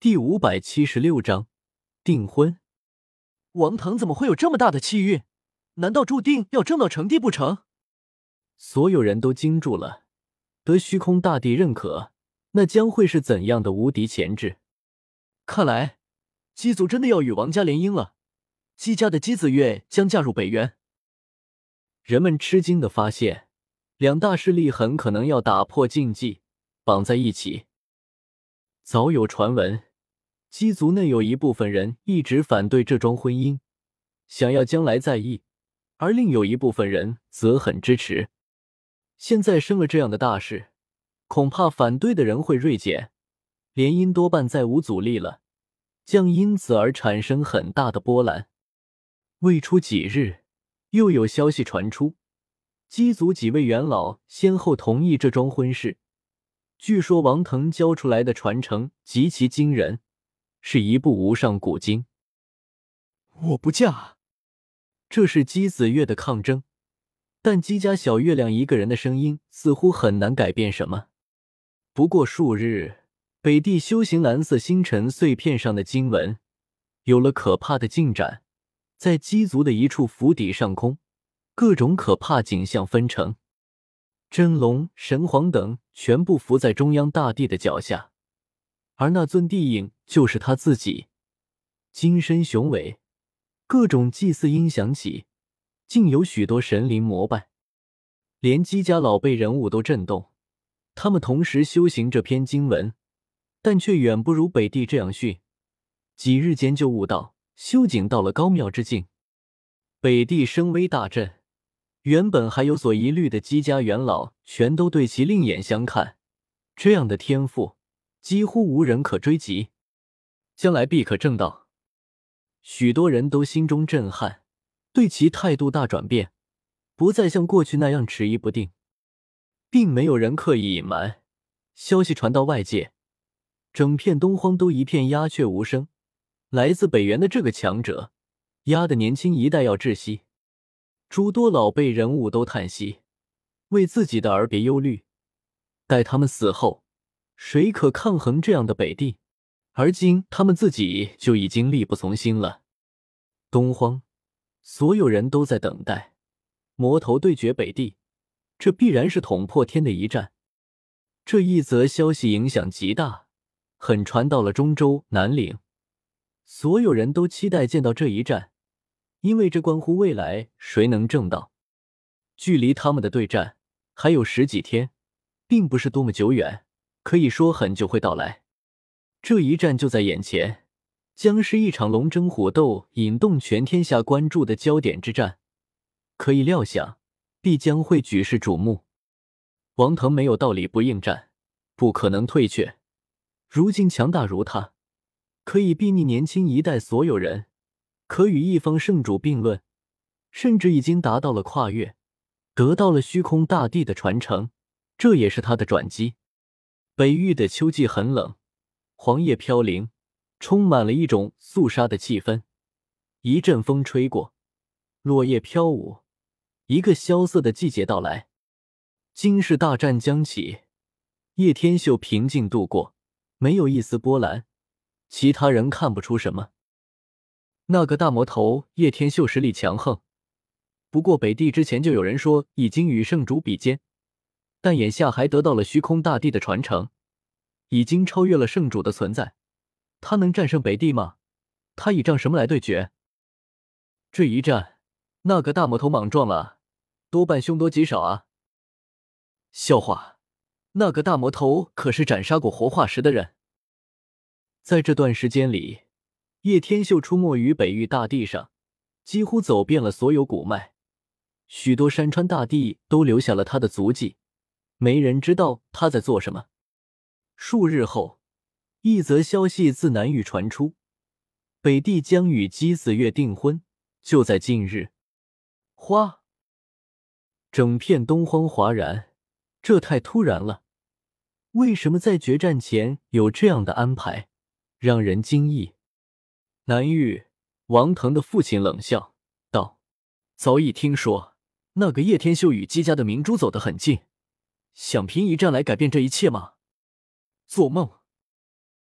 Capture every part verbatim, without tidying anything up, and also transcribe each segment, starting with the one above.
第五百七十六章订婚。 王腾怎么会有这么大的气运？难道注定要争到成帝不成？ 所有人都惊住了，得虚空大帝认可，那将会是怎样的无敌潜质？ 看来姬族真的要与王家联姻了，姬家的姬子月将嫁入北渊。 人们吃惊地发现，两大势力很可能要打破禁忌，绑在一起。早有传闻，姬族内有一部分人一直反对这桩婚姻，想要将来再议，而另有一部分人则很支持。现在生了这样的大事，恐怕反对的人会锐减，联姻多半再无阻力了，将因此而产生很大的波澜。未出几日，又有消息传出，姬族几位元老先后同意这桩婚事。据说王腾教出来的传承极其惊人，是一部无上古经。 我不嫁。 这是姬子月的抗争，但姬家小月亮一个人的声音似乎很难改变什么。不过数日，北地修行蓝色星辰碎片上的经文有了可怕的进展，在姬族的一处府邸上空，各种可怕景象纷呈。真龙、神皇等全部伏在中央大地的脚下，而那尊地影就是他自己，金身雄伟，各种祭祀音响起，竟有许多神灵膜拜。连姬家老辈人物都震动，他们同时修行这篇经文，但却远不如北地这样逊，几日间就悟道，修景到了高妙之境。北地声威大振，原本还有所疑虑的姬家元老全都对其另眼相看，这样的天赋几乎无人可追及，将来必可正道。许多人都心中震撼，对其态度大转变，不再像过去那样迟疑不定。并没有人刻意隐瞒，消息传到外界，整片东荒都一片鸦雀无声。来自北原的这个强者，压得年轻一代要窒息。诸多老辈人物都叹息，为自己的儿别忧虑。待他们死后，谁可抗衡这样的北地？而今他们自己就已经力不从心了。东荒，所有人都在等待魔头对决北地，这必然是捅破天的一战。这一则消息影响极大，很传到了中州、南岭，所有人都期待见到这一战，因为这关乎未来谁能正道。距离他们的对战还有十几天，并不是多么久远，可以说很就会到来。这一战就在眼前，将是一场龙争虎斗、引动全天下关注的焦点之战。可以料想，必将会举世瞩目。王腾没有道理不应战，不可能退却。如今强大如他，可以睥睨年轻一代所有人，可与一方圣主并论，甚至已经达到了跨越，得到了虚空大帝的传承，这也是他的转机。北域的秋季很冷，黄叶飘零，充满了一种肃杀的气氛。一阵风吹过，落叶飘舞，一个萧瑟的季节到来。惊世大战将起，叶天秀平静度过，没有一丝波澜，其他人看不出什么。那个大魔头叶天秀实力强横，不过北地之前就有人说已经与圣主比肩，但眼下还得到了虚空大帝的传承，已经超越了圣主的存在。他能战胜北地吗？他倚仗什么来对决？这一战，那个大魔头莽撞了，多半凶多吉少啊。笑话，那个大魔头可是斩杀过活化石的人。在这段时间里，叶天秀出没于北域大地上，几乎走遍了所有古脉，许多山川大地都留下了他的足迹，没人知道他在做什么。数日后，一则消息自南域传出，北地将与姬子月订婚，就在近日。花，整片东荒哗然，这太突然了。为什么在决战前有这样的安排，让人惊异。南域，王腾的父亲冷笑道：早已听说那个叶天秀与姬家的明珠走得很近，想凭一战来改变这一切吗？做梦。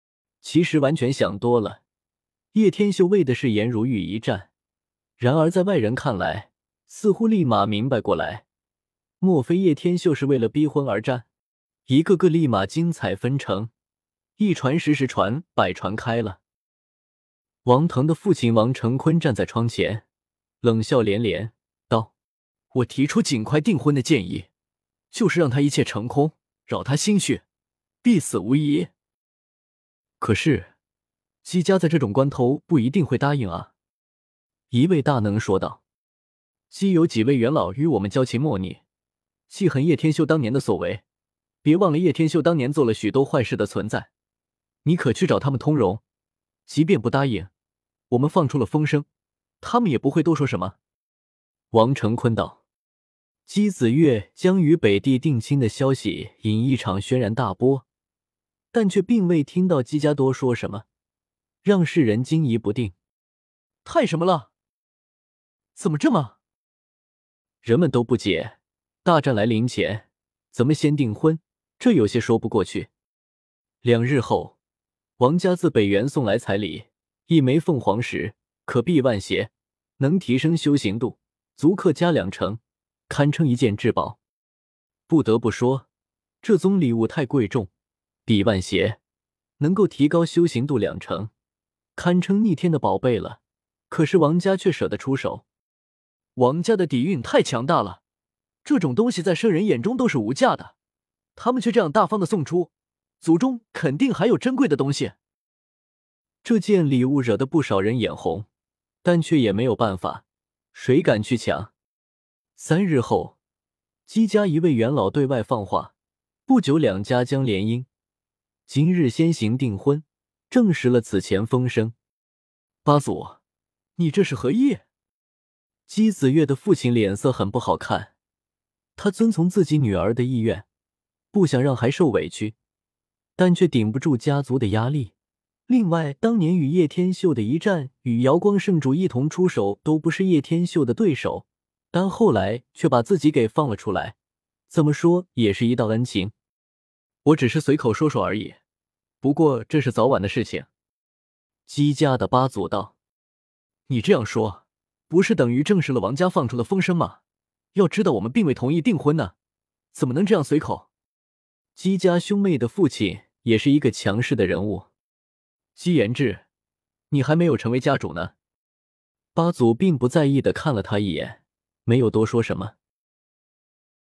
其实完全想多了，叶天秀为的是颜如玉一战，然而在外人看来，似乎立马明白过来，莫非叶天秀是为了逼婚而战？一个个立马精彩纷呈，一传十，十传百，传开了。王腾的父亲王成坤站在窗前，冷笑连连，道：“ 我提出尽快订婚的建议，就是让他一切成空，扰他心绪，必死无疑。 可是，姬家在这种关头不一定会答应啊。”一位大能说道：“姬有几位元老与我们交情莫逆，记恨叶天秀当年的所为，别忘了叶天秀当年做了许多坏事的存在。你可去找他们通融，即便不答应，我们放出了风声，他们也不会多说什么。”王成坤道：“姬子月将与北地定亲的消息引一场轩然大波，但却并未听到姬家多说什么，让世人惊疑不定。 太什么了？怎么这么…… 人们都不解，大战来临前怎么先订婚？这有些说不过去。”两日后，王家自北原送来彩礼，一枚凤凰石，可避万邪，能提升修行度，足克加两成，堪称一件至宝。不得不说，这宗礼物太贵重，避万邪能够提高修行度两成，堪称逆天的宝贝了。可是王家却舍得出手。 王家的底蕴太强大了，这种东西在圣人眼中都是无价的，他们却这样大方的送出，族中肯定还有珍贵的东西。 这件礼物惹得不少人眼红，但却也没有办法，谁敢去抢？三日后，姬家一位元老对外放话，不久两家将联姻，今日先行订婚，证实了此前风声。 八祖，你这是何意？ 姬子月的父亲脸色很不好看，他遵从自己女儿的意愿，不想让孩受委屈，但却顶不住家族的压力。另外，当年与叶天秀的一战，与瑶光圣主一同出手，都不是叶天秀的对手，但后来却把自己给放了出来，怎么说也是一道恩情。我只是随口说说而已，不过这是早晚的事情。姬家的八祖道：“ 你这样说，不是等于证实了王家放出了风声吗？要知道我们并未同意订婚呢，怎么能这样随口？” 姬家兄妹的父亲也是一个强势的人物。 姬延志，你还没有成为家主呢。 八祖并不在意的看了他一眼，没有多说什么。